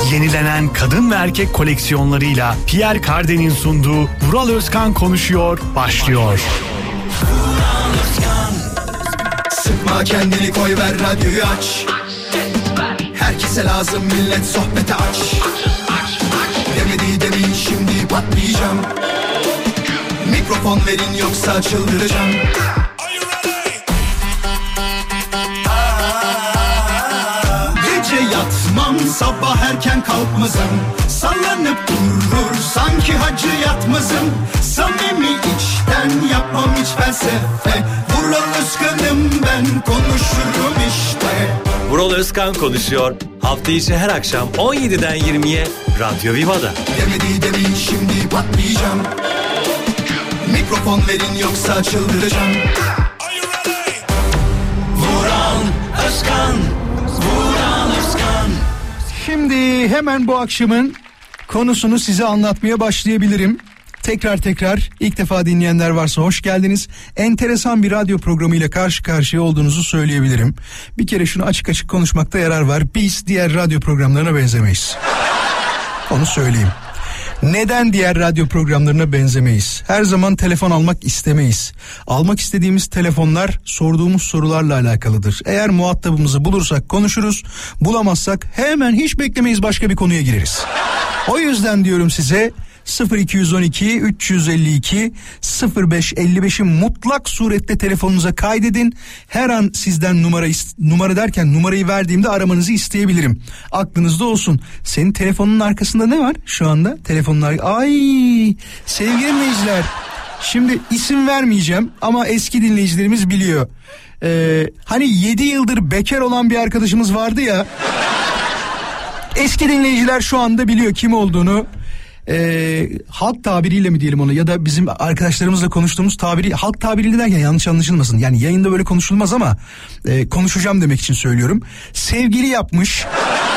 Yenilenen kadın ve erkek koleksiyonlarıyla Pierre Cardin'in sunduğu Vural Özkan Konuşuyor başlıyor. Sıkma kendini, koy ver radyoyu aç. Herkese lazım millet, sohbete aç. Demedi demin şimdi patlayacağım. Mikrofon verin yoksa çıldıracağım. Gece yatmam, sabah erken kalkmazım. Sallanıp durur sanki hacı yatmazım. Samimi içten yapmam hiç felsefe. Vural Özkan'ım ben, konuşurum işte. Vural Özkan Konuşuyor. Hafta içi her akşam 17'den 20'ye Radyo Viva'da. Demedi demin şimdi patlayacağım. Mikrofon verin yoksa çıldıracağım. Vural Özkan, Vural Özkan. Şimdi hemen bu akşamın konusunu size anlatmaya başlayabilirim. Tekrar ilk defa dinleyenler varsa hoş geldiniz. Enteresan bir radyo programıyla karşı karşıya olduğunuzu söyleyebilirim. Bir kere şunu açık konuşmakta yarar var. Biz diğer radyo programlarına benzemeyiz. Onu söyleyeyim. Neden diğer radyo programlarına benzemeyiz? Her zaman telefon almak istemeyiz. Almak istediğimiz telefonlar sorduğumuz sorularla alakalıdır. Eğer muhatabımızı bulursak konuşuruz, bulamazsak hemen hiç beklemeyiz, başka bir konuya gireriz. O yüzden diyorum size 0212 352 0555'i mutlak surette telefonunuza kaydedin. Her an sizden numara derken numarayı verdiğimde aramanızı isteyebilirim. Aklınızda olsun. Senin telefonun arkasında ne var şu anda? Telefonlar. Ay sevgili dinleyiciler. Şimdi isim vermeyeceğim ama eski dinleyicilerimiz biliyor. Hani 7 yıldır bekar olan bir arkadaşımız vardı ya. Eski dinleyiciler şu anda biliyor kim olduğunu. Halk tabiriyle mi diyelim onu, ya da bizim arkadaşlarımızla konuştuğumuz tabiri, halk tabiriyle derken yanlış anlaşılmasın. Yani yayında böyle konuşulmaz ama konuşacağım demek için söylüyorum. Sevgili yapmış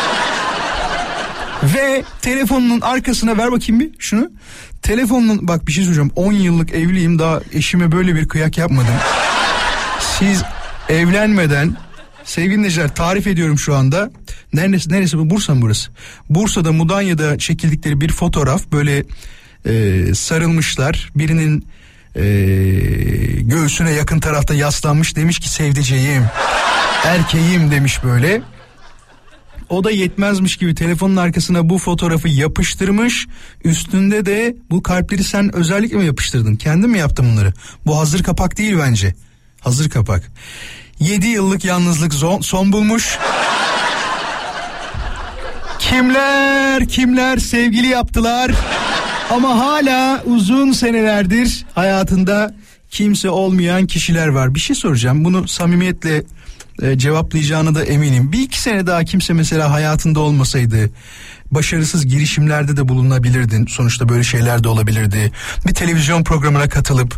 ve telefonunun arkasına ver bakayım bir şunu. Telefonun, bak bir şey söyleyeceğim, 10 yıllık evliyim, daha eşime böyle bir kıyak yapmadım. Siz evlenmeden, sevgili dinleyiciler, tarif ediyorum şu anda. Neresi bu? Bursa mı burası? Bursa'da Mudanya'da çekildikleri bir fotoğraf, böyle sarılmışlar. Birinin göğsüne yakın tarafta yaslanmış, demiş ki sevdiceğim, erkeğim demiş böyle. O da yetmezmiş gibi telefonun arkasına bu fotoğrafı yapıştırmış. Üstünde de bu kalpleri sen özellikle mi yapıştırdın? Kendin mi yaptın bunları? Bu hazır kapak değil bence. Hazır kapak. 7 yıllık yalnızlık son bulmuş. Kimler sevgili yaptılar ama hala uzun senelerdir hayatında kimse olmayan kişiler var. Bir şey soracağım, bunu samimiyetle cevaplayacağına da eminim. Bir iki sene daha kimse mesela hayatında olmasaydı başarısız girişimlerde de bulunabilirdin. Sonuçta böyle şeyler de olabilirdi. Bir televizyon programına katılıp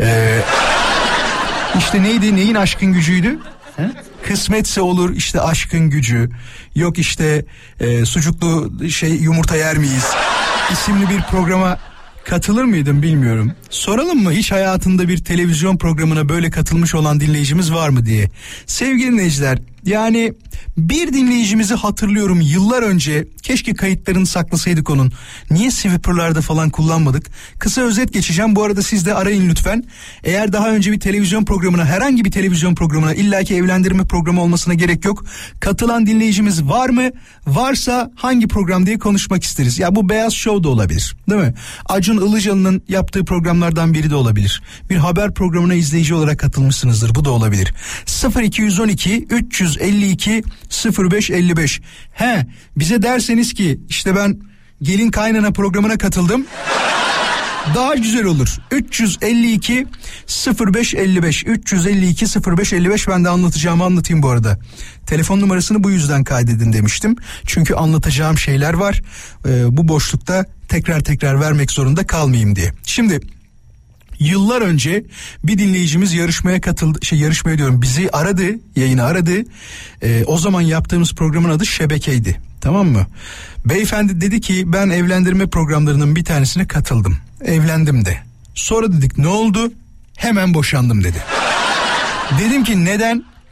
işte neyin aşkın gücüydü? He? Kısmetse olur işte aşkın gücü. Yok işte sucuklu yumurta yer miyiz? İsimli bir programa katılır mıydın bilmiyorum. Soralım mı, hiç hayatında bir televizyon programına böyle katılmış olan dinleyicimiz var mı diye. Sevgili dinleyiciler, yani bir dinleyicimizi hatırlıyorum yıllar önce, keşke kayıtlarını saklasaydık onun. Niye Swipper'larda falan kullanmadık? Kısa özet geçeceğim, bu arada siz de arayın lütfen. Eğer daha önce bir televizyon programına, herhangi bir televizyon programına, illaki evlendirme programı olmasına gerek yok, katılan dinleyicimiz var mı? Varsa hangi program diye konuşmak isteriz. Ya bu Beyaz Show da olabilir, değil mi? Acun Ilıcalı'nın yaptığı programlardan biri de olabilir. Bir haber programına izleyici olarak katılmışsınızdır, bu da olabilir. 0212 352 0555. Bize derseniz ki işte ben Gelin Kaynana programına katıldım, daha güzel olur. 352 0555 352 0555, ben de anlatacağımı anlatayım bu arada. Telefon numarasını bu yüzden kaydedin demiştim. Çünkü anlatacağım şeyler var. Bu boşlukta tekrar vermek zorunda kalmayayım diye. Şimdi yıllar önce bir dinleyicimiz yarışmaya katıldı. Bizi aradı, yayına aradı. O zaman yaptığımız programın adı Şebeke'ydi. Tamam mı? Beyefendi dedi ki ben evlendirme programlarının bir tanesine katıldım. Evlendim de. Sonra dedik ne oldu? Hemen boşandım dedi. Dedim ki neden?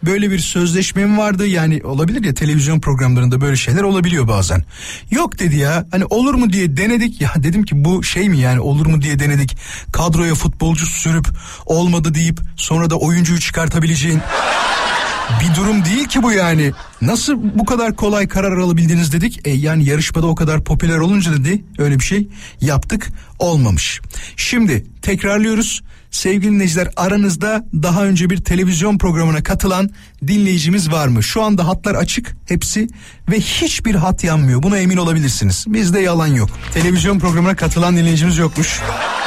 böyle bir sözleşmem vardı. Yani olabilir ya, televizyon programlarında böyle şeyler olabiliyor bazen. Yok dedi ya, hani olur mu diye denedik. Ya dedim ki bu şey mi yani, olur mu diye denedik. Kadroya futbolcu sürüp olmadı deyip sonra da oyuncuyu çıkartabileceğin bir durum değil ki bu yani. Nasıl bu kadar kolay karar alabildiniz dedik. Yani yarışmada o kadar popüler olunca dedi öyle bir şey yaptık, olmamış. Şimdi tekrarlıyoruz. Sevgili dinleyiciler, aranızda daha önce bir televizyon programına katılan dinleyicimiz var mı? Şu anda hatlar açık hepsi ve hiçbir hat yanmıyor. Buna emin olabilirsiniz. Bizde yalan yok. Televizyon programına katılan dinleyicimiz yokmuş.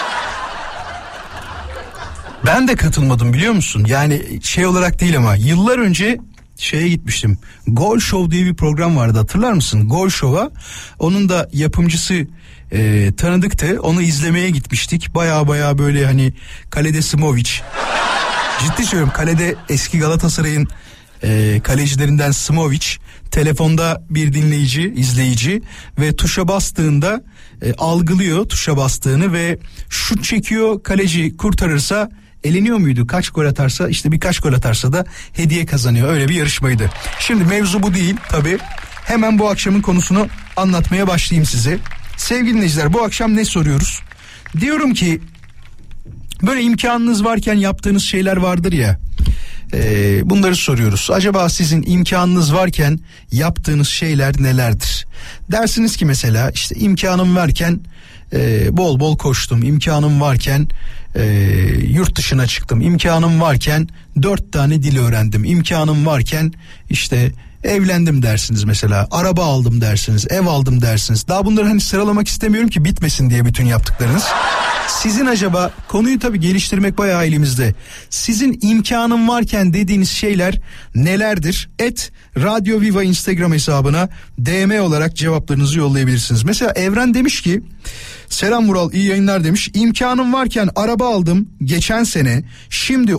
Ben de katılmadım biliyor musun? Yani şey olarak değil ama yıllar önce şeye gitmiştim. Gol Show diye bir program vardı, hatırlar mısın? Gol Show'a. Onun da yapımcısı tanıdıktı. Onu izlemeye gitmiştik. Baya böyle hani kalede Simovic. Ciddi söylüyorum, kalede eski Galatasaray'ın kalecilerinden Simovic. Telefonda bir dinleyici, izleyici ve tuşa bastığında algılıyor tuşa bastığını ve şut çekiyor. Kaleci kurtarırsa eleniyor muydu? Kaç gol atarsa, işte birkaç gol atarsa da hediye kazanıyor. Öyle bir yarışmaydı. Şimdi mevzu bu değil tabii. Hemen bu akşamın konusunu anlatmaya başlayayım size. Sevgili dinleyiciler, bu akşam ne soruyoruz? Diyorum ki böyle imkanınız varken yaptığınız şeyler vardır ya. Bunları soruyoruz. Acaba sizin imkanınız varken yaptığınız şeyler nelerdir? Dersiniz ki mesela işte imkanım varken bol bol koştum. İmkanım varken yurt dışına çıktım. İmkanım varken 4 tane dil öğrendim. İmkanım varken işte evlendim dersiniz mesela. Araba aldım dersiniz. Ev aldım dersiniz. Daha bunları hani sıralamak istemiyorum ki bitmesin diye bütün yaptıklarınız. Sizin acaba, konuyu tabii geliştirmek bayağı elimizde. Sizin imkanım varken dediğiniz şeyler nelerdir? Radyo Viva Instagram hesabına DM olarak cevaplarınızı yollayabilirsiniz. Mesela Evren demiş ki, selam Vural, iyi yayınlar demiş. İmkanım varken araba aldım geçen sene. Şimdi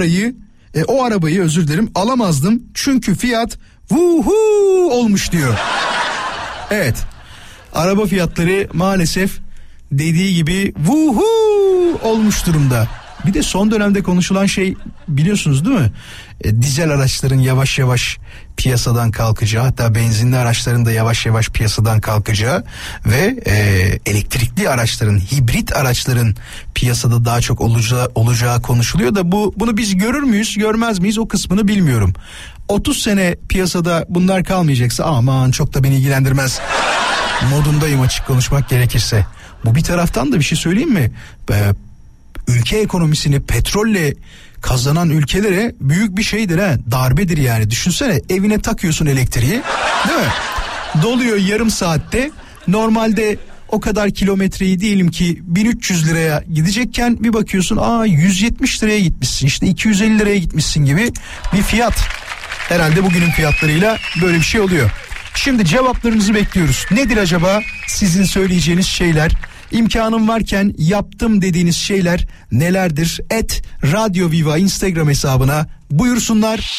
o arabayı özür dilerim alamazdım. Çünkü fiyat olmuş diyor. Evet. Araba fiyatları maalesef dediği gibi olmuş durumda. Bir de son dönemde konuşulan şey biliyorsunuz değil mi? Dizel araçların yavaş yavaş piyasadan kalkacağı, hatta benzinli araçların da yavaş yavaş piyasadan kalkacağı ve elektrikli araçların, hibrit araçların piyasada daha çok olacağı konuşuluyor da bunu biz görür müyüz, görmez miyiz, o kısmını bilmiyorum. 30 sene piyasada bunlar kalmayacaksa aman çok da beni ilgilendirmez modundayım açık konuşmak gerekirse. Bu bir taraftan da bir şey söyleyeyim mi? Ülke ekonomisini petrolle kazanan ülkelere büyük bir şeydir ha, darbedir yani. Düşünsene, evine takıyorsun elektriği, değil mi? Doluyor yarım saatte. Normalde o kadar kilometreyi diyelim ki 1300 liraya gidecekken bir bakıyorsun 170 liraya gitmişsin, işte 250 liraya gitmişsin gibi bir fiyat. Herhalde bugünün fiyatlarıyla böyle bir şey oluyor. Şimdi cevaplarınızı bekliyoruz. Nedir acaba sizin söyleyeceğiniz şeyler? İmkanım varken yaptım dediğiniz şeyler nelerdir? Radyo Viva Instagram hesabına buyursunlar.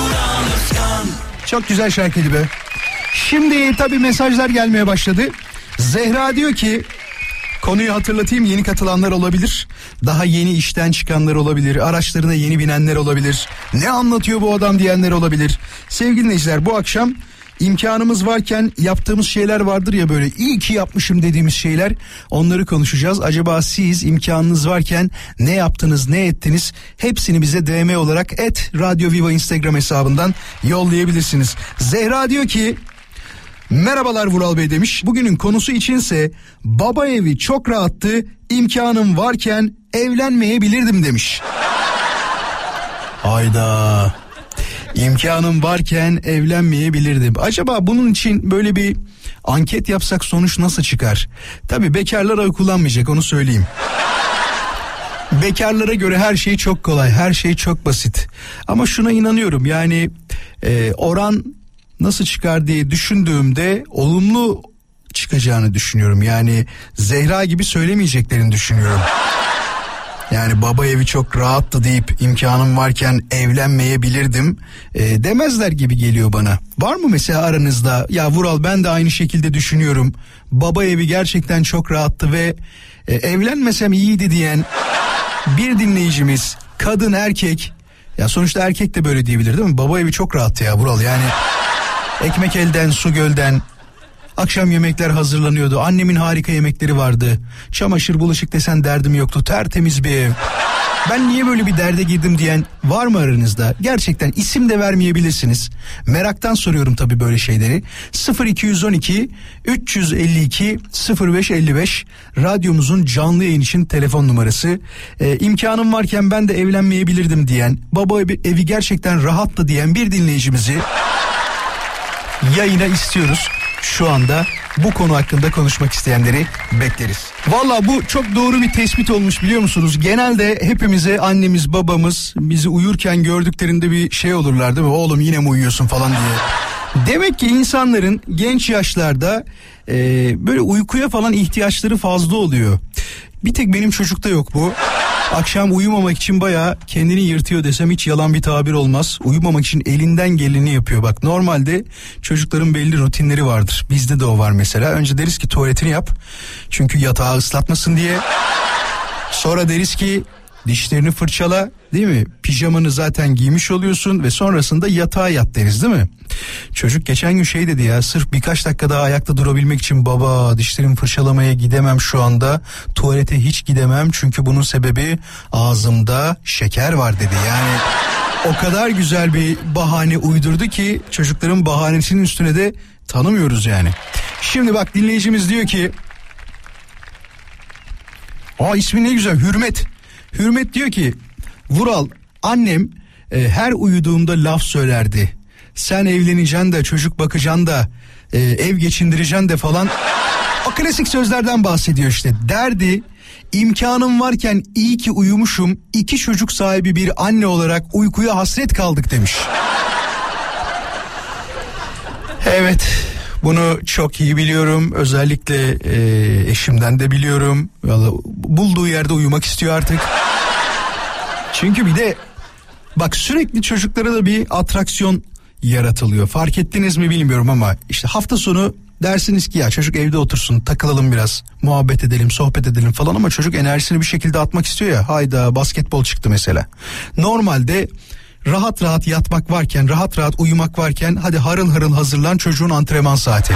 Çok güzel şarkıydı be. Şimdi tabii mesajlar gelmeye başladı. Zehra diyor ki, konuyu hatırlatayım, yeni katılanlar olabilir. Daha yeni işten çıkanlar olabilir. Araçlarına yeni binenler olabilir. Ne anlatıyor bu adam diyenler olabilir. Sevgili dinleyiciler, bu akşam İmkanımız varken yaptığımız şeyler vardır ya, böyle iyi ki yapmışım dediğimiz şeyler, onları konuşacağız. Acaba siz imkanınız varken ne yaptınız, ne ettiniz? Hepsini bize DM olarak Radyo Viva Instagram hesabından yollayabilirsiniz. Zehra diyor ki, merhabalar Vural Bey demiş. Bugünün konusu içinse baba evi çok rahattı, imkanım varken evlenmeyebilirdim demiş. Hayda. İmkanım varken evlenmeyebilirdim. Acaba bunun için böyle bir anket yapsak sonuç nasıl çıkar? Tabii bekarlar oy kullanmayacak, onu söyleyeyim. Bekarlara göre her şey çok kolay, her şey çok basit. Ama şuna inanıyorum, yani oran nasıl çıkar diye düşündüğümde olumlu çıkacağını düşünüyorum. Yani Zehra gibi söylemeyeceklerini düşünüyorum. Yani baba evi çok rahattı deyip imkanım varken evlenmeyebilirdim demezler gibi geliyor bana. Var mı mesela aranızda, ya Vural ben de aynı şekilde düşünüyorum, baba evi gerçekten çok rahattı ve evlenmesem iyiydi diyen bir dinleyicimiz, kadın erkek, Ya sonuçta erkek de böyle diyebilir değil mi? Baba evi çok rahat ya Vural, yani ekmek elden su gölden. Akşam yemekler hazırlanıyordu. Annemin harika yemekleri vardı. Çamaşır bulaşık desen derdim yoktu. Tertemiz bir ev. Ben niye böyle bir derde girdim diyen var mı aranızda? Gerçekten isim de vermeyebilirsiniz. Meraktan soruyorum tabii böyle şeyleri. 0212 352 0555 radyomuzun canlı yayın için telefon numarası. İmkanım varken ben de evlenmeyebilirdim diyen, baba evi gerçekten rahattı diyen bir dinleyicimizi yayına istiyoruz. Şu anda bu konu hakkında konuşmak isteyenleri bekleriz. Valla bu çok doğru bir tespit olmuş, biliyor musunuz? Genelde hepimize annemiz babamız bizi uyurken gördüklerinde bir şey olurlar değil mi? Oğlum yine mi uyuyorsun falan diye. Demek ki insanların genç yaşlarda böyle uykuya falan ihtiyaçları fazla oluyor. Bir tek benim çocukta yok bu. Akşam uyumamak için bayağı kendini yırtıyor desem hiç yalan bir tabir olmaz. Uyumamak için elinden geleni yapıyor. Bak normalde çocukların belli rutinleri vardır. Bizde de o var mesela. Önce deriz ki tuvaletini yap. Çünkü yatağı ıslatmasın diye. Sonra deriz ki dişlerini fırçala, değil mi? Pijamanı zaten giymiş oluyorsun ve sonrasında yatağa yat deriz, değil mi? Çocuk geçen gün şey dedi ya, sırf birkaç dakika daha ayakta durabilmek için baba dişlerimi fırçalamaya gidemem şu anda, tuvalete hiç gidemem çünkü bunun sebebi ağzımda şeker var dedi. Yani o kadar güzel bir bahane uydurdu ki çocukların bahanesinin üstüne de tanımıyoruz yani. Şimdi bak dinleyicimiz diyor ki, ismi ne güzel, Hürmet. Hürmet diyor ki, Vural annem her uyuduğumda laf söylerdi. Sen evleneceksin de çocuk bakacaksın da ev geçindireceksin de falan. O klasik sözlerden bahsediyor işte. Derdi imkanım varken iyi ki uyumuşum, 2 çocuk sahibi bir anne olarak uykuya hasret kaldık demiş. Evet, bunu çok iyi biliyorum. Özellikle eşimden de biliyorum. Vallahi bulduğu yerde uyumak istiyor artık. Çünkü bir de bak sürekli çocuklara da bir atraksiyon yaratılıyor. Fark ettiniz mi bilmiyorum ama işte hafta sonu dersiniz ki ya çocuk evde otursun, takılalım biraz, muhabbet edelim, sohbet edelim falan, ama çocuk enerjisini bir şekilde atmak istiyor ya. Hayda, basketbol çıktı mesela. Normalde rahat rahat yatmak varken, rahat rahat uyumak varken hadi harıl harıl hazırlan, çocuğun antrenman saati.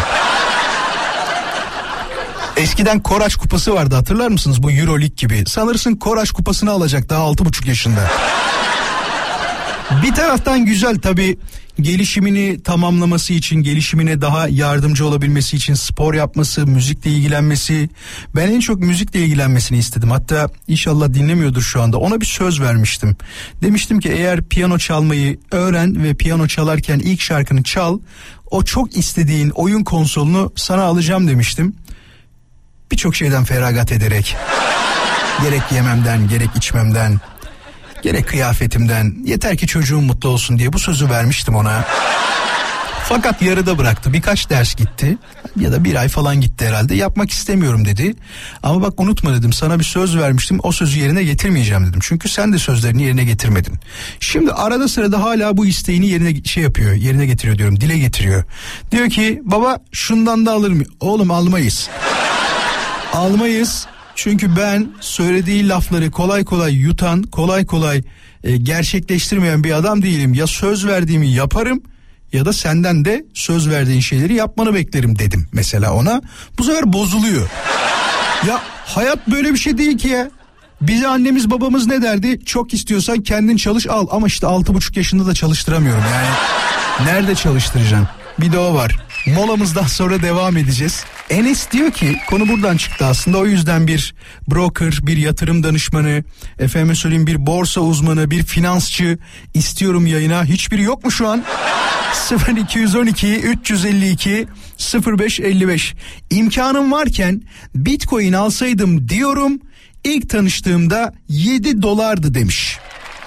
Eskiden Koraç kupası vardı, hatırlar mısınız? Bu Euroleague gibi. Sanırsın Koraç kupasını alacak daha 6,5 yaşında. Bir taraftan güzel tabii, gelişimini tamamlaması için, gelişimine daha yardımcı olabilmesi için spor yapması, müzikle ilgilenmesi. Ben en çok müzikle ilgilenmesini istedim. Hatta inşallah dinlemiyordur şu anda. Ona bir söz vermiştim. Demiştim ki eğer piyano çalmayı öğren ve piyano çalarken ilk şarkını çal, o çok istediğin oyun konsolunu sana alacağım demiştim. Birçok şeyden feragat ederek, gerek yememden, gerek içmemden, gerek kıyafetimden, yeter ki çocuğum mutlu olsun diye bu sözü vermiştim ona. Fakat yarıda bıraktı. Birkaç ders gitti ya da 1 ay falan gitti herhalde. Yapmak istemiyorum dedi. Ama bak unutma dedim, sana bir söz vermiştim, o sözü yerine getirmeyeceğim dedim. Çünkü sen de sözlerini yerine getirmedin. Şimdi arada sırada hala bu isteğini yerine getiriyor diyorum, dile getiriyor. Diyor ki baba şundan da alır mı? Oğlum almayız. Almayız. Çünkü ben söylediği lafları kolay kolay yutan, kolay kolay gerçekleştirmeyen bir adam değilim. Ya söz verdiğimi yaparım ya da senden de söz verdiğin şeyleri yapmanı beklerim dedim mesela ona. Bu sefer bozuluyor. Ya hayat böyle bir şey değil ki ya. Bize annemiz babamız ne derdi? Çok istiyorsan kendin çalış al. Ama işte 6,5 yaşında da çalıştıramıyorum yani. Nerede çalıştıracaksın? Bir de o var. Molamızdan sonra devam edeceğiz. Enes diyor ki, konu buradan çıktı aslında, o yüzden bir broker, bir yatırım danışmanı, efendime söyleyeyim bir borsa uzmanı, bir finansçı istiyorum yayına. Hiçbiri yok mu şu an? 0212 352 0555. İmkanım varken Bitcoin alsaydım diyorum, ilk tanıştığımda $7 demiş.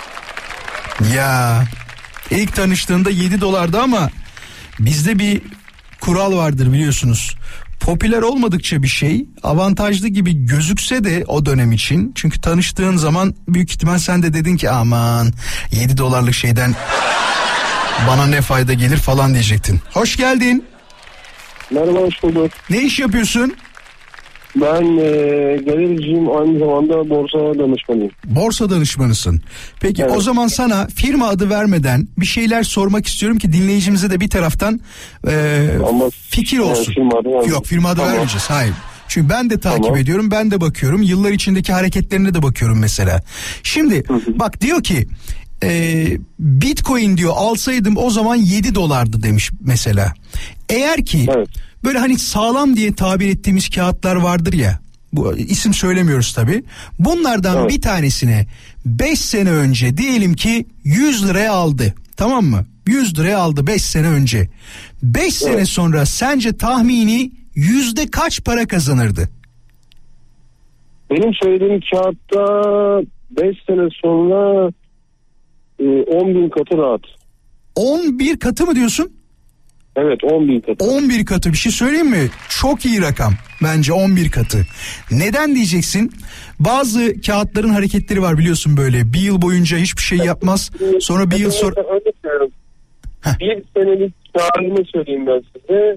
Ya ilk tanıştığında $7 ama bizde bir kural vardır biliyorsunuz. Popüler olmadıkça bir şey avantajlı gibi gözükse de o dönem için, çünkü tanıştığın zaman büyük ihtimal sen de dedin ki aman $7 şeyden bana ne fayda gelir falan diyecektin. Hoş geldin. Merhaba, hoş bulduk. Ne iş yapıyorsun? Ben galericiyim, aynı zamanda borsa danışmanıyım. Borsa danışmanısın. Peki Evet. o zaman sana firma adı vermeden bir şeyler sormak istiyorum ki dinleyicimize de bir taraftan Ama fikir olsun. firma adı vermeyeceğiz. Yok, firma adı Tamam. vermeyeceğiz. Hayır. Çünkü ben de takip Tamam. ediyorum, ben de bakıyorum. Yıllar içindeki hareketlerine de bakıyorum mesela. Şimdi bak diyor ki Bitcoin diyor alsaydım o zaman 7 dolardı demiş mesela. Eğer ki Evet. böyle hani sağlam diye tabir ettiğimiz kağıtlar vardır ya. Bu isim söylemiyoruz tabii. Bunlardan Evet. bir tanesine 5 sene önce diyelim ki 100 liraya aldı. Tamam mı? 100 liraya aldı 5 sene önce. 5 sene sonra sence tahmini yüzde kaç para kazanırdı? Benim söylediğim kağıtta 5 sene sonra 10.000 katı rahat. 11 katı mı diyorsun? Evet, 10.000 katı. 11 katı, bir şey söyleyeyim mi? Çok iyi rakam bence 11 katı. Neden diyeceksin? Bazı kağıtların hareketleri var biliyorsun böyle. Bir yıl boyunca hiçbir şey yapmaz. Sonra bir yıl sonra... Öyle söylüyorum. Bir senelik karını söyleyeyim ben size.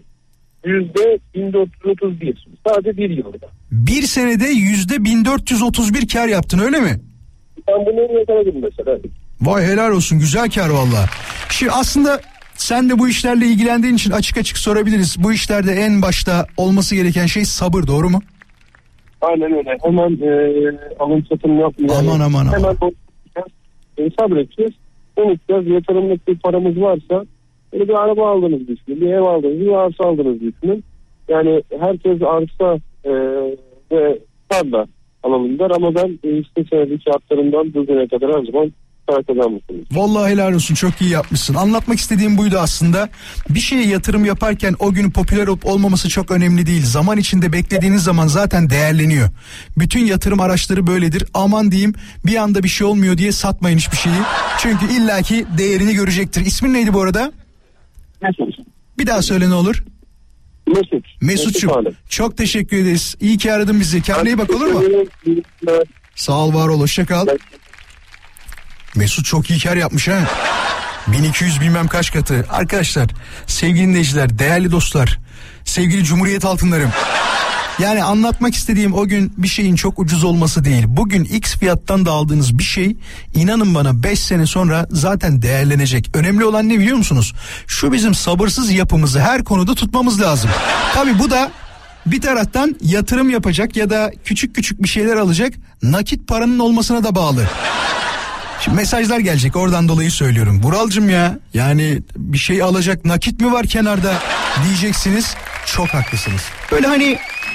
%1431. Sadece bir yılda. Bir senede %1431 kar yaptın öyle mi? Ben bunu yakaladım mesela. Vay helal olsun, güzel kar valla. Şimdi aslında sen de bu işlerle ilgilendiğin için açık açık sorabiliriz. Bu işlerde en başta olması gereken şey sabır, doğru mu? Aynen öyle. Hemen alım satım yapmayalım. Aman. Hemen sabredeceğiz. Unutacağız. Yatırımlık bir paramız varsa böyle bir araba aldınız düşünün. Bir ev aldınız, bir arsa aldınız düşünün. Yani herkes arsa ve tarla alalım der ama ben işte senedeki kağıtlarımdan bugüne kadar her zaman para kazanmışsınız. Vallahi helal olsun, çok iyi yapmışsın. Anlatmak istediğim buydu aslında. Bir şeye yatırım yaparken o gün popüler olup olmaması çok önemli değil. Zaman içinde beklediğiniz zaman zaten değerleniyor. Bütün yatırım araçları böyledir. Aman diyeyim bir anda bir şey olmuyor diye satmayın hiçbir şeyi. Çünkü illaki değerini görecektir. İsmin neydi bu arada? Mesut. Bir daha söyle ne olur. Mesut'cum çok teşekkür ederiz. İyi ki aradın bizi. Kendine iyi bak, olur mu? Sağ ol, var ol, hoşça kal. Mesut çok iyi kar yapmış ha. 1200 bilmem kaç katı. Arkadaşlar, sevgili dinleyiciler, değerli dostlar, sevgili Cumhuriyet altınlarım. Yani anlatmak istediğim o gün bir şeyin çok ucuz olması değil. Bugün X fiyattan da aldığınız bir şey, inanın bana 5 sene sonra zaten değerlenecek. Önemli olan ne biliyor musunuz? Şu bizim sabırsız yapımızı her konuda tutmamız lazım. Tabii bu da bir taraftan yatırım yapacak ya da küçük küçük bir şeyler alacak nakit paranın olmasına da bağlı. Şimdi mesajlar gelecek, oradan dolayı söylüyorum. Buralcığım ya, yani bir şey alacak nakit mi var kenarda diyeceksiniz. Çok haklısınız. Böyle hani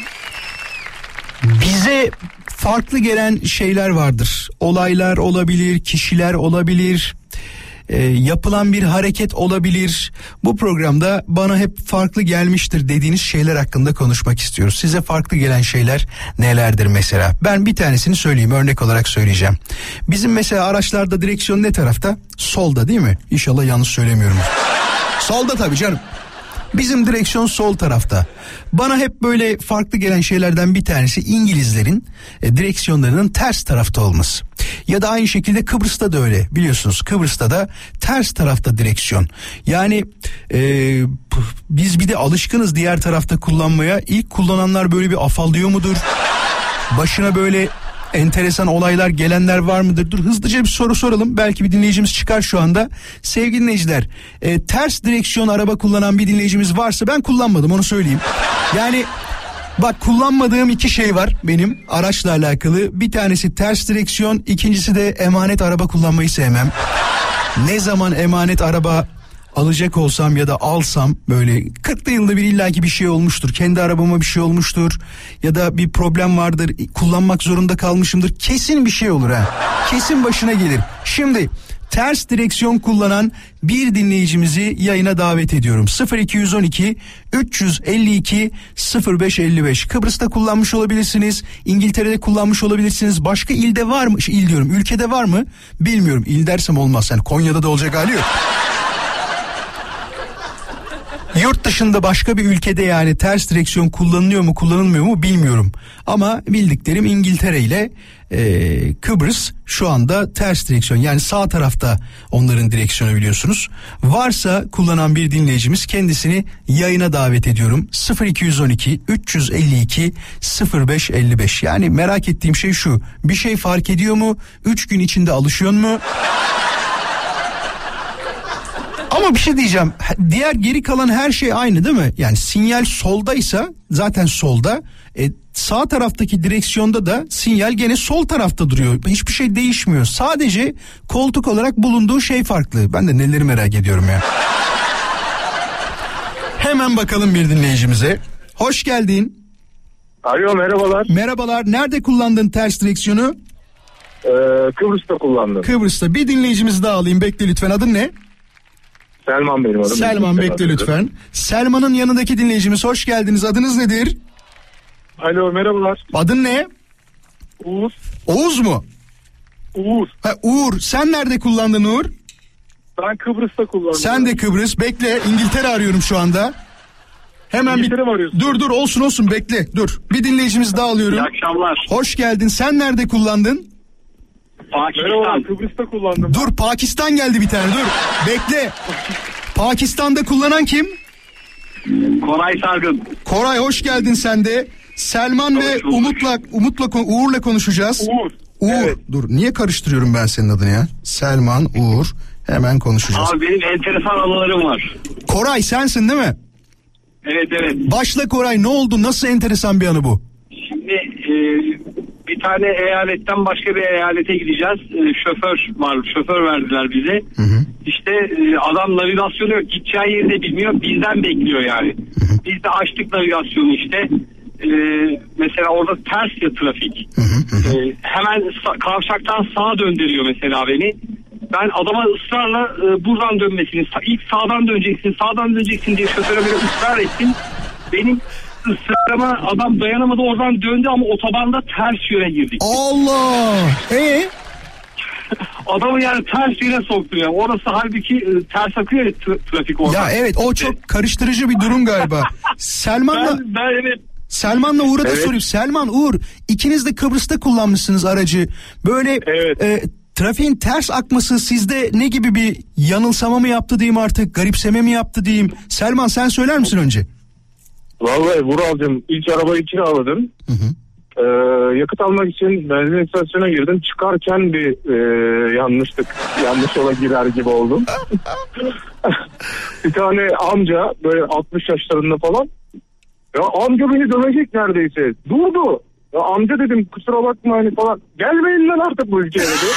bize farklı gelen şeyler vardır. Olaylar olabilir, kişiler olabilir, yapılan bir hareket olabilir. Bu programda bana hep farklı gelmiştir dediğiniz şeyler hakkında konuşmak istiyoruz. Size farklı gelen şeyler nelerdir mesela? Ben bir tanesini söyleyeyim, örnek olarak söyleyeceğim. Bizim mesela araçlarda direksiyon ne tarafta? Solda değil mi? İnşallah yanlış söylemiyorum. Solda tabii canım. Bizim direksiyon sol tarafta. Bana hep böyle farklı gelen şeylerden bir tanesi İngilizlerin direksiyonlarının ters tarafta olması. Ya da aynı şekilde Kıbrıs'ta da öyle, biliyorsunuz. Kıbrıs'ta da ters tarafta direksiyon. Yani biz bir de alışkınız diğer tarafta kullanmaya. İlk kullananlar böyle bir afallıyor mudur? Başına böyle enteresan olaylar gelenler var mıdır? Dur hızlıca bir soru soralım. Belki bir dinleyicimiz çıkar şu anda. Sevgili dinleyiciler, ters direksiyon araba kullanan bir dinleyicimiz varsa, ben kullanmadım onu söyleyeyim. Yani bak, kullanmadığım 2 şey var benim araçla alakalı. Bir tanesi ters direksiyon, ikincisi de emanet araba kullanmayı sevmem. Ne zaman emanet araba alacak olsam ya da alsam, böyle 40 yılda bir illaki bir şey olmuştur. Kendi arabama bir şey olmuştur ya da bir problem vardır, kullanmak zorunda kalmışımdır. Kesin bir şey olur ha. Kesin başına gelir. Şimdi ters direksiyon kullanan bir dinleyicimizi yayına davet ediyorum. 0212 352 0555. Kıbrıs'ta kullanmış olabilirsiniz. İngiltere'de kullanmış olabilirsiniz. Başka ilde var mı? İl diyorum. Ülkede var mı? Bilmiyorum. İl dersem olmaz. Yani Konya'da da olacak hali yok. Yurt dışında başka bir ülkede yani ters direksiyon kullanılıyor mu kullanılmıyor mu bilmiyorum. Ama bildiklerim İngiltere ile Kıbrıs şu anda ters direksiyon, yani sağ tarafta onların direksiyonu biliyorsunuz. Varsa kullanan bir dinleyicimiz, kendisini yayına davet ediyorum. 0212 352 0555. Yani merak ettiğim şey şu: bir şey fark ediyor mu? 3 gün içinde alışıyor mu? Ama bir şey diyeceğim, diğer geri kalan her şey aynı değil mi? Yani sinyal soldaysa zaten solda, sağ taraftaki direksiyonda da sinyal gene sol tarafta duruyor. Hiçbir şey değişmiyor. Sadece koltuk olarak bulunduğu şey farklı. Ben de neleri merak ediyorum ya. Hemen bakalım bir dinleyicimize. Hoş geldin. Alo, merhabalar. Merhabalar. Nerede kullandın ters direksiyonu? Kıbrıs'ta kullandım. Kıbrıs'ta. Bir dinleyicimiz daha alayım. Bekle lütfen. Adın ne? Selman benim adım. Selman, bekle lütfen. Selman'ın yanındaki dinleyicimiz, hoş geldiniz. Adınız nedir? Alo, merhabalar. Adın ne? Uğur. Oğuz mu? Uğur. Uğur. Sen nerede kullandın Uğur? Ben Kıbrıs'ta kullandım. Sen de Kıbrıs. Bekle, İngiltere arıyorum şu anda. Hemen İngiltere mi arıyorsun? Dur olsun bekle dur. Bir dinleyicimiz daha alıyorum. İyi akşamlar. Hoş geldin. Sen nerede kullandın? Pakistan. Kıbrıs'ta kullandım. Dur, Pakistan geldi bir tane, dur. Bekle. Pakistan'da kullanan kim? Koray Sargın. Koray, hoş geldin sen de. Selman ve Uğur'la konuşacağız. Uğur. Evet. Dur, niye karıştırıyorum ben senin adını ya? Selman, Uğur. Hemen konuşacağız. Abi benim enteresan anılarım var. Koray sensin değil mi? Evet. Başla Koray, ne oldu? Nasıl enteresan bir anı bu? Şimdi bir tane eyaletten başka bir eyalete gideceğiz. Şoför verdiler bize. Hı. İşte adam navigasyonu yok. Gideceği yeri de bilmiyor. Bizden bekliyor yani. Hı. Biz de açtık navigasyonu işte. Mesela orada ters ya trafik. Hı. Hemen kavşaktan sağa döndürüyor mesela beni. Ben adama ısrarla buradan dönmesini, ilk sağdan döneceksin diye şoföre böyle ısrar ettim. Benim ısrarıma adam dayanamadı, oradan döndü ama otobanda ters yöne girdik. Allah! Adamı yani ters yöne soktu ya. Orası halbuki ters akıyor ya trafik orada. Ya evet, o çok karıştırıcı bir durum galiba. Selman'la evet. Selman'la Uğur'a da sorayım. Selman, Uğur, ikiniz de Kıbrıs'ta kullanmışsınız aracı. Böyle trafiğin ters akması sizde ne gibi bir yanılsama mı yaptı diyeyim artık, garipseme mi yaptı diyeyim? Selman, sen söyler misin önce? Vallahi Vural'cığım, ilk arabayı kiraladım. Hı. Yakıt almak için benzin istasyonuna girdim. Çıkarken bir yanlış yola girer gibi oldum. Bir tane amca böyle 60 yaşlarında falan. Ya amca beni dövecek neredeyse. Durdu. Ya amca dedim, kusura bakma hani falan. Gelmeyin lan artık bu ülkeye dedi.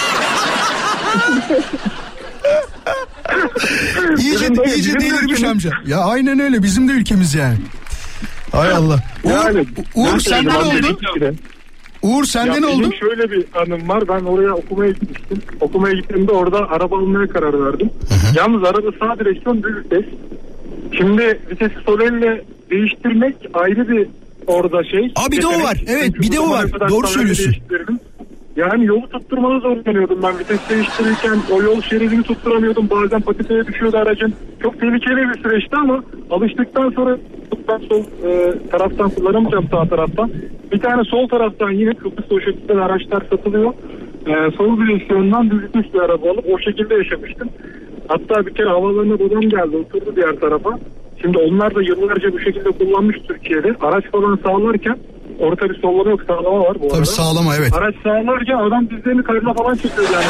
İyice delirmiş amca. Ya aynen öyle, bizim de ülkemiz yani. Hay Allah. Uğur sende ne oldu? Uğur sende ne oldu? Benim şöyle bir anım var. Ben oraya okumaya gitmiştim. Okumaya gittiğimde orada araba almaya karar verdim. Hı. Yalnız araba sağ direksiyon düz vites. Şimdi vitesi sol elle değiştirmek ayrı bir orada şey. Bir de o var. Evet, bir de o var. Doğru söylüyorsun. Yani yolu tutturmanı zorlanıyordum ben. Vites değiştirirken o yol şeridini tutturamıyordum. Bazen patikaya düşüyordu aracın. Çok tehlikeli bir süreçti ama alıştıktan sonra sol taraftan kullanamayacağım, sağ taraftan. Bir tane sol taraftan yine Kıbrıs o şekilde araçlar satılıyor. Sol direksiyondan düz vites bir araba alıp o şekilde yaşamıştım. Hatta bir kere havaalanına babam geldi, oturdu diğer tarafa. Şimdi onlar da yıllarca bu şekilde kullanmış Türkiye'de. Araç falan sağlarken orada bir sollama yok, sağlama var bu arada. Tabii sağlama, evet. Araç sağlarken adam dizlerini karnına falan çekiyor yani.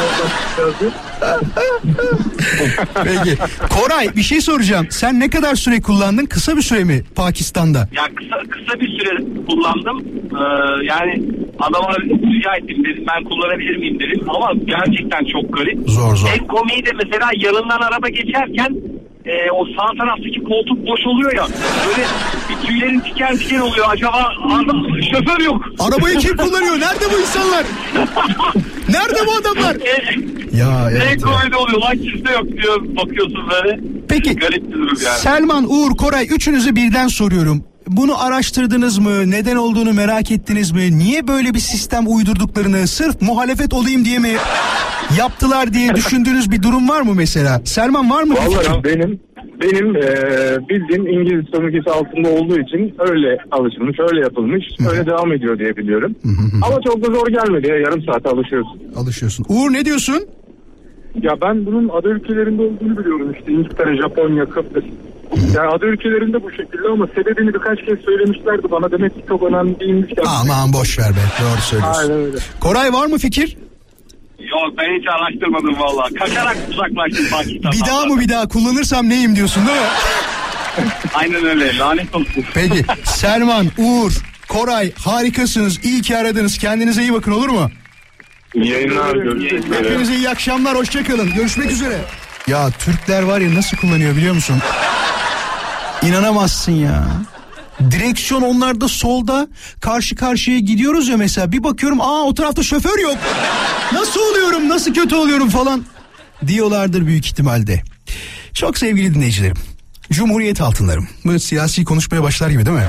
Peki. Koray, bir şey soracağım. Sen ne kadar süre kullandın? Kısa bir süre mi Pakistan'da? Ya kısa bir süre kullandım. Yani adama rica ettim, dedim ben kullanabilir miyim dedim. Ama gerçekten çok garip. Zor. En komiği de mesela yanından araba geçerken o sağ taraftaki koltuk boş oluyor ya. Böyle bir tüylerin diken oluyor. Acaba şoför yok. Arabayı kim kullanıyor? Nerede bu insanlar? Nerede bu adamlar? Ya evet. En komedi oluyor. Lan kimse yok diyor. Bakıyorsun böyle. Peki. Garip bir durum yani. Selman, Uğur, Koray, üçünüzü birden soruyorum. Bunu araştırdınız mı? Neden olduğunu merak ettiniz mi? Niye böyle bir sistem uydurduklarını, sırf muhalefet olayım diye mi yaptılar diye düşündüğünüz bir durum var mı mesela? Selman, var mı? Vallahi benim bildiğim İngiliz sömürgesi altında olduğu için öyle alışılmış, öyle yapılmış, öyle devam ediyor diye biliyorum. Ama çok da zor gelmedi ya, yarım saate alışıyorsun. Uğur ne diyorsun? Ya ben bunun ada ülkelerinde olduğunu biliyorum, işte İngiltere, Japonya, Kıbrıs. Yani ada ülkelerinde bu şekilde ama sebebini birkaç kez söylemişlerdi bana, demek ki çok önemli değilmiş. Aman boş ver be, doğru söylüyorsun. Aynen öyle. Koray var mı fikir? Yok, ben hiç araştırmadım valla. Kaçarak uzaklaştım Pakistan'dan. Bir daha kullanırsam neyim diyorsun değil mi? Aynen öyle, lanet olsun. Peki Selman, Uğur, Koray harikasınız. İyi ki aradınız. Kendinize iyi bakın, olur mu? İyi yayınlar. Hepinize iyi akşamlar. Hoşçakalın. Görüşmek üzere. Ya Türkler var ya nasıl kullanıyor biliyor musun? İnanamazsın ya. Direksiyon onlarda solda, karşı karşıya gidiyoruz ya mesela, bir bakıyorum o tarafta şoför yok. Nasıl oluyorum, nasıl kötü oluyorum falan diyorlardır büyük ihtimalle. Çok sevgili dinleyicilerim, Cumhuriyet altınlarım, böyle siyasi konuşmaya başlar gibi değil mi?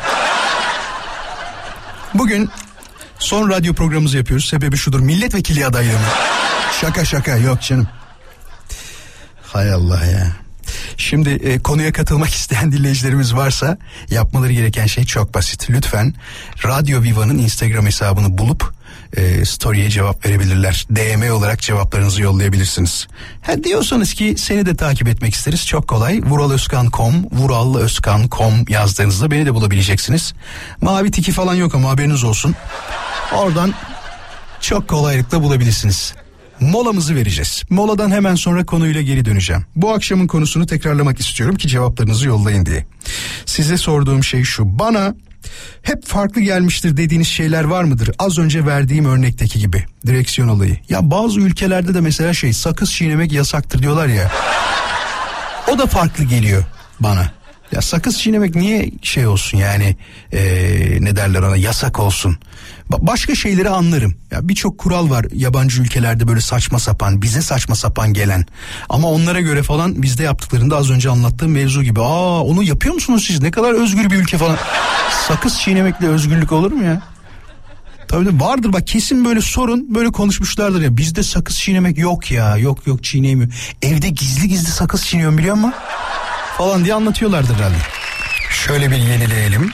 Bugün son radyo programımızı yapıyoruz, sebebi şudur: milletvekili adaylığı mı? Şaka yok canım. Hay Allah ya. Şimdi konuya katılmak isteyen dinleyicilerimiz varsa yapmaları gereken şey çok basit. Lütfen Radyo Viva'nın Instagram hesabını bulup story'e cevap verebilirler. DM olarak cevaplarınızı yollayabilirsiniz. Diyorsanız ki seni de takip etmek isteriz, çok kolay. vuralozkan.com yazdığınızda beni de bulabileceksiniz. Mavi tiki falan yok ama haberiniz olsun. Oradan çok kolaylıkla bulabilirsiniz. Molamızı vereceğiz. Moladan hemen sonra konuyla geri döneceğim. Bu akşamın konusunu tekrarlamak istiyorum ki cevaplarınızı yollayın diye. Size sorduğum şey şu: bana hep farklı gelmiştir dediğiniz şeyler var mıdır? Az önce verdiğim örnekteki gibi. Direksiyon olayı. Ya bazı ülkelerde de mesela sakız çiğnemek yasaktır diyorlar ya. O da farklı geliyor bana. Ya sakız çiğnemek niye olsun yani, ne derler ona, yasak olsun. Başka şeyleri anlarım. Ya birçok kural var yabancı ülkelerde böyle saçma sapan, bize saçma sapan gelen. Ama onlara göre falan bizde yaptıklarında az önce anlattığım mevzu gibi. Onu yapıyor musunuz siz? Ne kadar özgür bir ülke falan. Sakız çiğnemekle özgürlük olur mu ya? Tabii de vardır bak, kesin böyle sorun, böyle konuşmuşlardır ya. Bizde sakız çiğnemek yok ya. Yok çiğneyemiyor. Evde gizli sakız çiğniyorum biliyor musun? Falan diye anlatıyorlardır herhalde. Şöyle bir yenileyelim.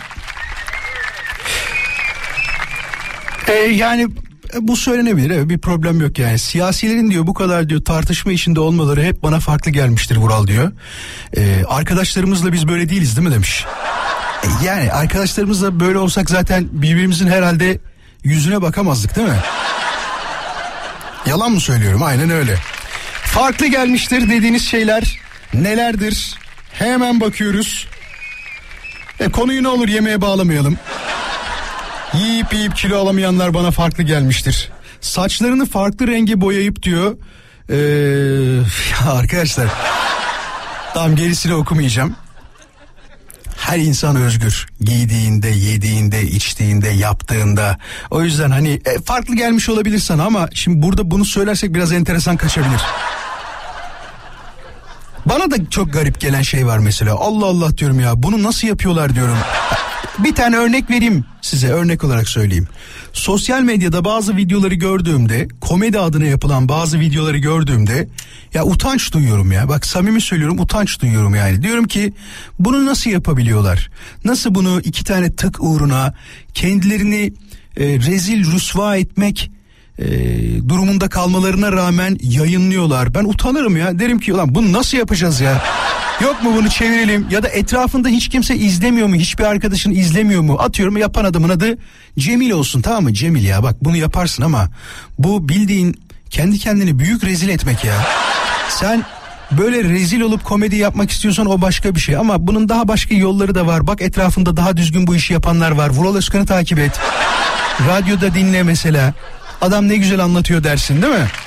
Yani bu söylenebilir, evet, bir problem yok yani. Siyasilerin diyor bu kadar diyor tartışma içinde olmaları hep bana farklı gelmiştir Vural diyor. Arkadaşlarımızla biz böyle değiliz değil mi demiş. Yani arkadaşlarımızla böyle olsak zaten birbirimizin herhalde yüzüne bakamazdık değil mi? Yalan mı söylüyorum? Aynen öyle. Farklı gelmiştir dediğiniz şeyler nelerdir? Hemen bakıyoruz. Konuyu ne olur yemeğe bağlamayalım. Yiyip kilo alamayanlar bana farklı gelmiştir. Saçlarını farklı renge boyayıp diyor. Ya arkadaşlar, tamam, gerisini okumayacağım. Her insan özgür. Giydiğinde, yediğinde, içtiğinde, yaptığında. O yüzden farklı gelmiş olabilir sana ama şimdi burada bunu söylersek biraz enteresan kaçabilir. Bana da çok garip gelen şey var mesela. Allah Allah diyorum ya, bunu nasıl yapıyorlar diyorum. Bir tane örnek vereyim size, örnek olarak söyleyeyim. Sosyal medyada bazı videoları gördüğümde, komedi adına yapılan bazı videoları gördüğümde ya utanç duyuyorum ya. Bak samimi söylüyorum, utanç duyuyorum yani. Diyorum ki bunu nasıl yapabiliyorlar? Nasıl bunu 2 tane tık uğruna kendilerini rezil rüsva etmek durumunda kalmalarına rağmen yayınlıyorlar. Ben utanırım ya, derim ki ulan bunu nasıl yapacağız ya? Yok mu bunu çevirelim? Ya da etrafında hiç kimse izlemiyor mu? Hiçbir arkadaşın izlemiyor mu? Atıyorum yapan adamın adı Cemil olsun, tamam mı? Cemil ya bak bunu yaparsın ama bu bildiğin kendi kendini büyük rezil etmek ya. Sen böyle rezil olup komedi yapmak istiyorsan o başka bir şey ama bunun daha başka yolları da var. Bak etrafında daha düzgün bu işi yapanlar var. Vural Özkan'ı takip et. Radyoda dinle mesela. Adam ne güzel anlatıyor dersin değil mi?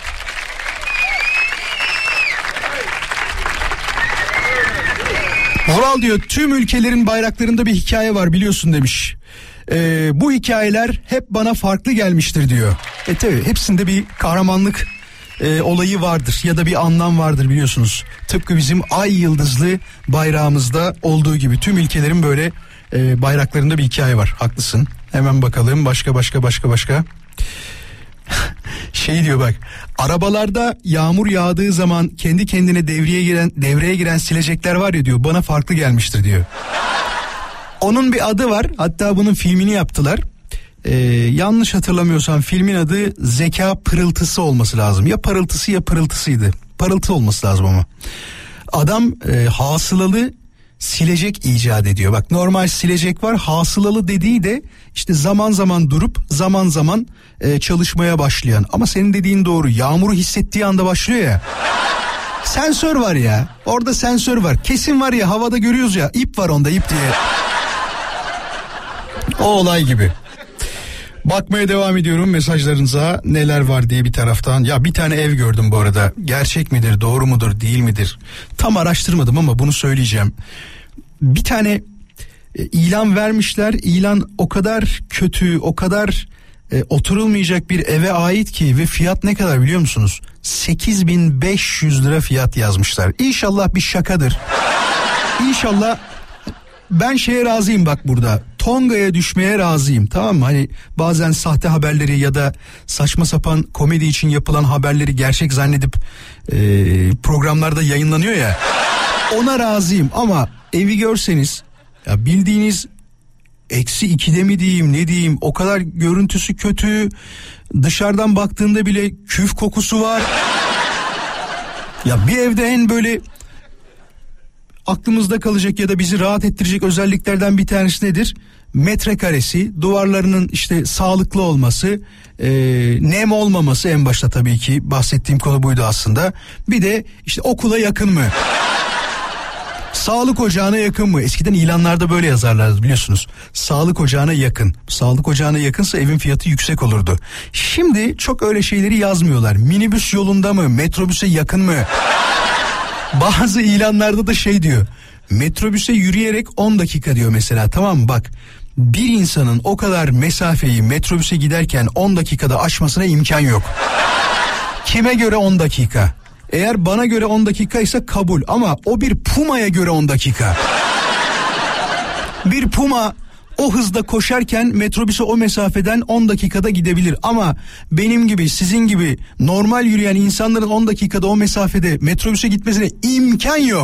Vural diyor tüm ülkelerin bayraklarında bir hikaye var biliyorsun demiş. Bu hikayeler hep bana farklı gelmiştir diyor. Tabii hepsinde bir kahramanlık olayı vardır ya da bir anlam vardır biliyorsunuz. Tıpkı bizim ay yıldızlı bayrağımızda olduğu gibi tüm ülkelerin böyle bayraklarında bir hikaye var. Haklısın. Hemen bakalım başka. Şey diyor bak, arabalarda yağmur yağdığı zaman kendi kendine devreye giren silecekler var ya diyor, bana farklı gelmiştir diyor. Onun bir adı var, hatta bunun filmini yaptılar. Yanlış hatırlamıyorsam filmin adı Zeka Pırıltısı olması lazım. Ya parıltısı ya pırıltısıydı. Parıltı olması lazım ama. Adam hasılalı silecek icat ediyor. Bak, normal silecek var, hasılalı dediği de işte zaman zaman durup zaman zaman çalışmaya başlayan. Ama senin dediğin doğru, yağmuru hissettiği anda başlıyor ya. Sensör var ya, orada sensör var. Kesin var ya, havada görüyoruz ya, ip var onda, ip diye. O olay gibi. Bakmaya devam ediyorum mesajlarınıza, neler var diye bir taraftan. Ya bir tane ev gördüm bu arada. Gerçek midir, doğru mudur, değil midir? Tam araştırmadım ama bunu söyleyeceğim. Bir tane ilan vermişler. İlan o kadar kötü, o kadar oturulmayacak bir eve ait ki ve fiyat ne kadar biliyor musunuz? 8.500 lira fiyat yazmışlar. İnşallah bir şakadır. İnşallah. Ben şeye razıyım bak burada. Tonga'ya düşmeye razıyım, tamam mı? Hani bazen sahte haberleri ya da saçma sapan komedi için yapılan haberleri gerçek zannedip programlarda yayınlanıyor ya. Ona razıyım ama evi görseniz ya, bildiğiniz -2'de mi diyeyim ne diyeyim, o kadar görüntüsü kötü. Dışarıdan baktığında bile küf kokusu var. Ya bir evde en böyle aklımızda kalacak ya da bizi rahat ettirecek özelliklerden bir tanesi nedir? Metrekaresi, duvarlarının işte sağlıklı olması, nem olmaması en başta, tabii ki bahsettiğim konu buydu aslında. Bir de işte okula yakın mı? Sağlık ocağına yakın mı? Eskiden ilanlarda böyle yazarlardı biliyorsunuz. Sağlık ocağına yakın. Sağlık ocağına yakınsa evin fiyatı yüksek olurdu. Şimdi çok öyle şeyleri yazmıyorlar. Minibüs yolunda mı? Metrobüse yakın mı? Bazı ilanlarda da şey diyor. Metrobüse yürüyerek 10 dakika diyor mesela, tamam mı? Bak, bir insanın o kadar mesafeyi metrobüse giderken 10 dakikada aşmasına imkan yok. Kime göre 10 dakika? Eğer bana göre 10 dakika ise kabul, ama o bir Puma'ya göre 10 dakika. Bir Puma o hızda koşarken metrobüse o mesafeden 10 dakikada gidebilir. Ama benim gibi, sizin gibi normal yürüyen insanların 10 dakikada o mesafede metrobüse gitmesine imkan yok.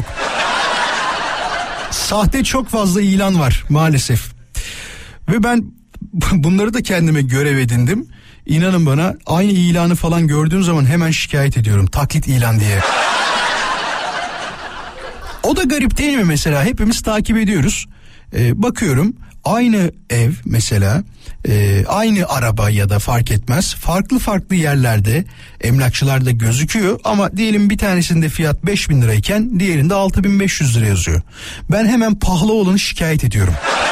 Sahte çok fazla ilan var maalesef. Ve ben bunları da kendime görev edindim. İnanın bana, aynı ilanı falan gördüğüm zaman hemen şikayet ediyorum. Taklit ilan diye. O da garip değil mi mesela? Hepimiz takip ediyoruz. Bakıyorum, aynı ev mesela, aynı araba ya da fark etmez, farklı farklı yerlerde emlakçılarda gözüküyor ama diyelim bir tanesinde fiyat 5.000 lirayken diğerinde 6.500 lira yazıyor. Ben hemen pahalı olanı şikayet ediyorum.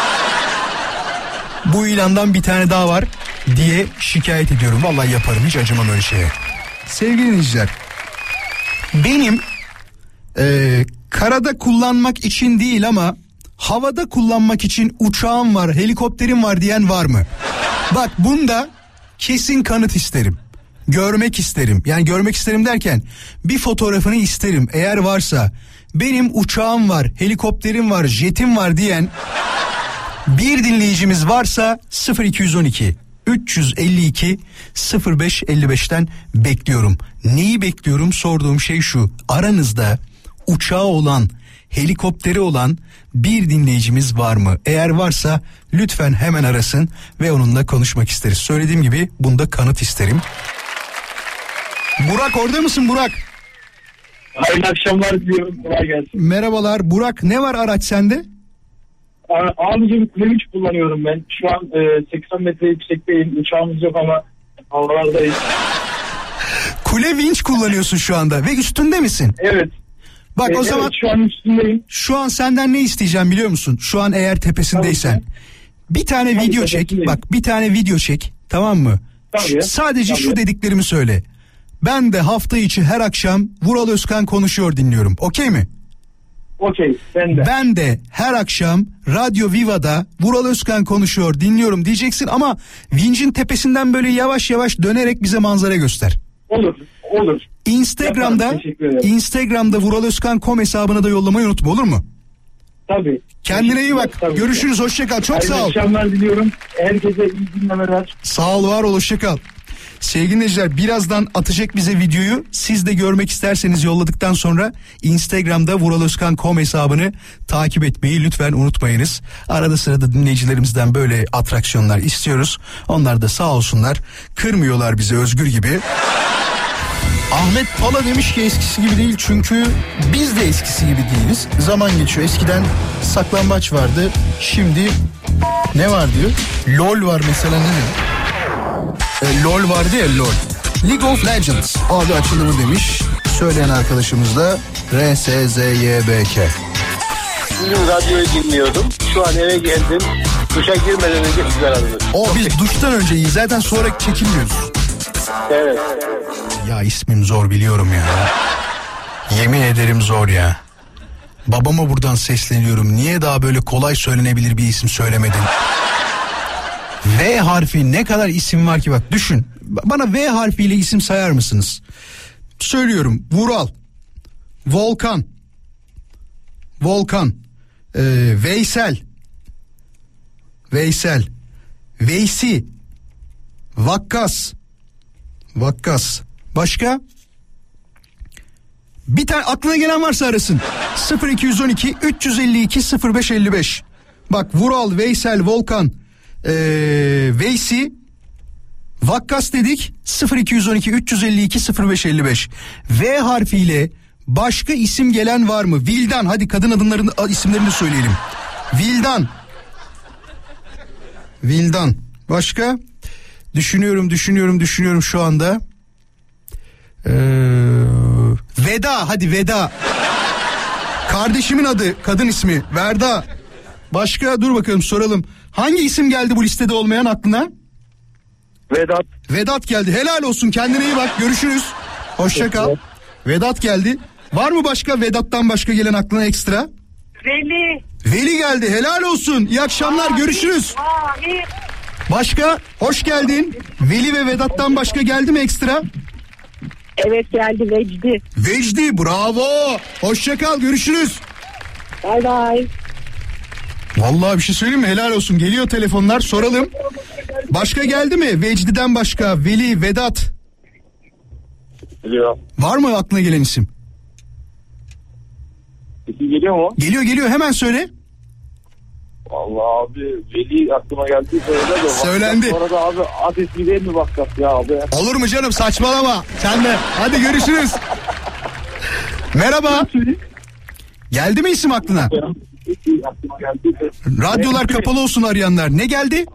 Bu ilandan bir tane daha var diye şikayet ediyorum. Vallahi yaparım, hiç acımam öyle şeye. Sevgili dinleyiciler, benim karada kullanmak için değil ama havada kullanmak için uçağım var, helikopterim var diyen var mı? Bak, bunda kesin kanıt isterim. Görmek isterim. Yani görmek isterim derken bir fotoğrafını isterim. Eğer varsa, benim uçağım var, helikopterim var, jetim var diyen bir dinleyicimiz varsa 0212 352 0555'ten bekliyorum. Neyi bekliyorum? Sorduğum şey şu: aranızda uçağı olan, helikopteri olan bir dinleyicimiz var mı? Eğer varsa lütfen hemen arasın ve onunla konuşmak isteriz. Söylediğim gibi bunda kanıt isterim. Burak, orada mısın Burak? Hayırlı akşamlar diliyorum. Kolay gelsin. Merhabalar Burak, ne var araç sende? Abicim Kule 3 kullanıyorum ben. Şu an 80 metre yüksekteyim. Uçağımız yok ama havalardayız. Kule vinç kullanıyorsun şu anda ve üstünde misin? Evet. Bak o zaman şu an üstündeyim. Şu an senden ne isteyeceğim biliyor musun? Şu an eğer tepesindeysen. Bir tane video çek. Bak, bir tane video çek. Tamam mı? Tabii. Sadece şu dediklerimi söyle. Ben de hafta içi her akşam Vural Özkan konuşuyor dinliyorum. Okey mi? Okey, ben de. Ben de her akşam Radyo Viva'da Vural Özkan konuşuyor dinliyorum diyeceksin ama vincin tepesinden böyle yavaş yavaş dönerek bize manzara göster. Olur. Instagram'da vuralozkan.com hesabına da yollamayı unutma, olur mu? Tabii. Kendine iyi bak. Tabii. Görüşürüz. Hoşça kal. Çok sağ ol. İyi akşamlar diliyorum. Herkese iyi dinlemeler. Sağ ol, var ol. Hoşça kal. Sevgili dinleyiciler, birazdan atacak bize videoyu. Siz de görmek isterseniz yolladıktan sonra Instagram'da vuraloskan.com hesabını takip etmeyi lütfen unutmayınız. Arada sırada dinleyicilerimizden böyle atraksiyonlar istiyoruz. Onlar da sağ olsunlar, kırmıyorlar bizi Özgür gibi. Ahmet Pala demiş ki eskisi gibi değil, çünkü biz de eskisi gibi değiliz. Zaman geçiyor. Eskiden saklambaç vardı. Şimdi ne var diyor? LOL var mesela, ne diyor? LOL vardı ya, LOL. League of Legends adı açılımı demiş. Söyleyen arkadaşımız da RSZYBK. Sizin radyoyu dinliyordum. Şu an eve geldim. Duşa girmeden önce sizi aradım. Biz duştan önce iyi. Zaten sonra çekilmiyoruz. Evet. Ya ismim zor biliyorum ya. Yemin ederim zor ya. Babama buradan sesleniyorum. Niye daha böyle kolay söylenebilir bir isim söylemedin? V harfi ne kadar isim var ki, bak düşün. Bana V harfiyle isim sayar mısınız? Söylüyorum. Vural, Volkan, Veysel, Veysi, Vakkas. Başka? Bir tane aklına gelen varsa arasın. 0212 352 0555. Bak, Vural, Veysel, Volkan, Veysi, Vakkas dedik. 0212 352 0555. V harfiyle başka isim gelen var mı? Vildan, hadi kadın adımlarının isimlerini söyleyelim. Vildan. Başka? Düşünüyorum şu anda. Veda, hadi Veda. Kardeşimin adı, kadın ismi Verda. Başka? Dur bakalım, soralım. Hangi isim geldi bu listede olmayan aklına? Vedat geldi. Helal olsun, kendine iyi bak, görüşürüz. Hoşça kal. Vedat geldi. Var mı başka Vedat'tan başka gelen aklına ekstra? Veli geldi. Helal olsun. İyi akşamlar, görüşürüz. Başka? Hoş geldin. Veli ve Vedat'tan başka geldi mi ekstra? Evet, geldi Vecdi. Vecdi, bravo. Hoşça kal, görüşürüz. Bay bay. Vallahi bir şey söyleyeyim mi? Helal olsun. Geliyor telefonlar, soralım. Başka geldi mi? Vecdi'den başka, Veli, Vedat. Geliyor. Var mı aklına gelen isim? Peki geliyor mu? Geliyor, hemen söyle. Vallahi abi, Veli aklıma geldi, söyle de. Söylendi. Sonra da abi at ismi değil mi Vakkas ya abi? Olur mu canım, saçmalama. Sen de. Hadi görüşürüz. Merhaba. Geldi mi isim aklına? Radyolar kapalı olsun arayanlar. Ne geldi?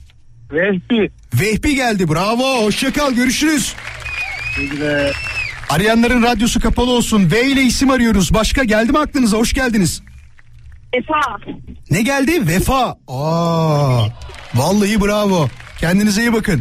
Vehbi geldi, bravo. Hoşça kal, görüşürüz. Arayanların radyosu kapalı olsun. V ile isim arıyoruz. Başka geldi mi aklınıza? Hoş geldiniz. Vefa. Ne geldi? Vefa. Vallahi bravo. Kendinize iyi bakın.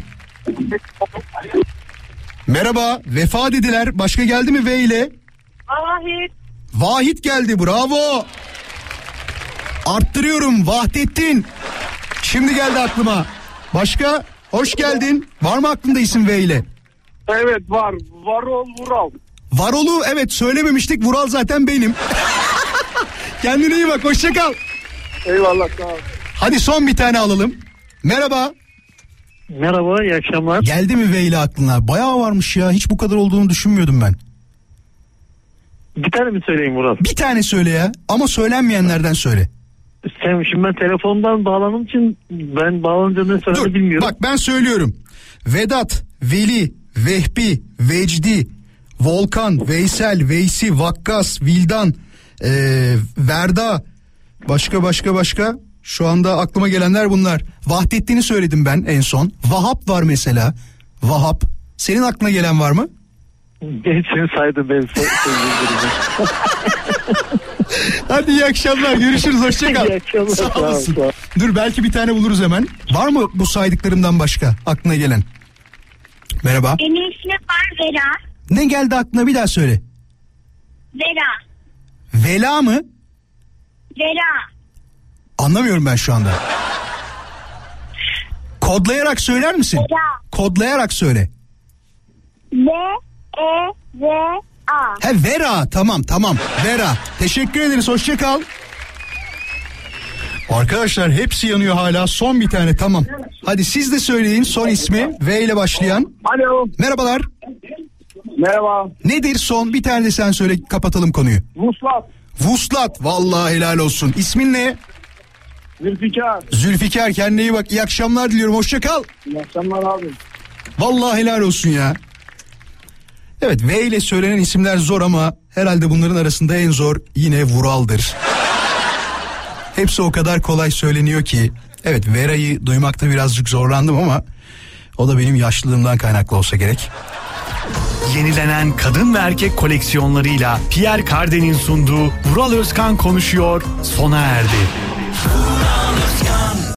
Merhaba. Vefa dediler. Başka geldi mi V ile? Vahit geldi, bravo. Arttırıyorum, Vahdettin. Şimdi geldi aklıma. Başka? Hoş geldin. Var mı aklında isim V ile? Evet var. Vural. Varol'u evet söylememiştik. Vural zaten benim. Kendine iyi bak, hoşça kal. Eyvallah, sağ ol. Hadi son bir tane alalım. Merhaba. Merhaba, iyi akşamlar. Geldi mi V ile aklına? Bayağı varmış ya. Hiç bu kadar olduğunu düşünmüyordum ben. Bir tane mi söyleyeyim Murat? Bir tane söyle ya. Ama söylenmeyenlerden söyle. Şimdi ben telefondan bağlandığım için ben bağlanınca ne söylediğini bilmiyorum. Bak ben söylüyorum. Vedat, Veli, Vehbi, Vecdi, Volkan, Veysel, Veysi, Vakkas, Vildan, Verda. Başka. Şu anda aklıma gelenler bunlar. Vahdettin'i söyledim ben en son. Vahap var mesela. Vahap. Senin aklına gelen var mı? Hepsini saydım ben. Hadi iyi akşamlar, görüşürüz, hoşçakal. İyi akşamlar. Sağ olasın. Dur, belki bir tane buluruz hemen. Var mı bu saydıklarımdan başka aklına gelen? Merhaba. Benim ismim var Vera. Ne geldi aklına, bir daha söyle. Vera. Vela mı? Vera. Anlamıyorum ben şu anda. Kodlayarak söyler misin? Vera. Kodlayarak söyle. V-E-R-A. He, Vera, tamam. Vera. Teşekkür ederiz, hoşça kal. Arkadaşlar hepsi yanıyor hala. Son bir tane, tamam. Hadi siz de söyleyin son ismi. V ile başlayan. Alo. Merhabalar. Merhaba. Nedir son? Bir tane de sen söyle, kapatalım konuyu. Vuslat. Vuslat. Vallahi helal olsun. İsmin ne? Zülfikar. Zülfikar, kendine iyi bak. İyi akşamlar diliyorum. Hoşça kal. İyi akşamlar abi. Vallahi helal olsun ya. Evet, V ile söylenen isimler zor ama herhalde bunların arasında en zor yine Vural'dır. Hepsi o kadar kolay söyleniyor ki. Evet, Vera'yı duymakta birazcık zorlandım ama o da benim yaşlılığımdan kaynaklı olsa gerek. Yenilenen kadın ve erkek koleksiyonlarıyla Pierre Cardin'in sunduğu Vural Özkan konuşuyor sona erdi.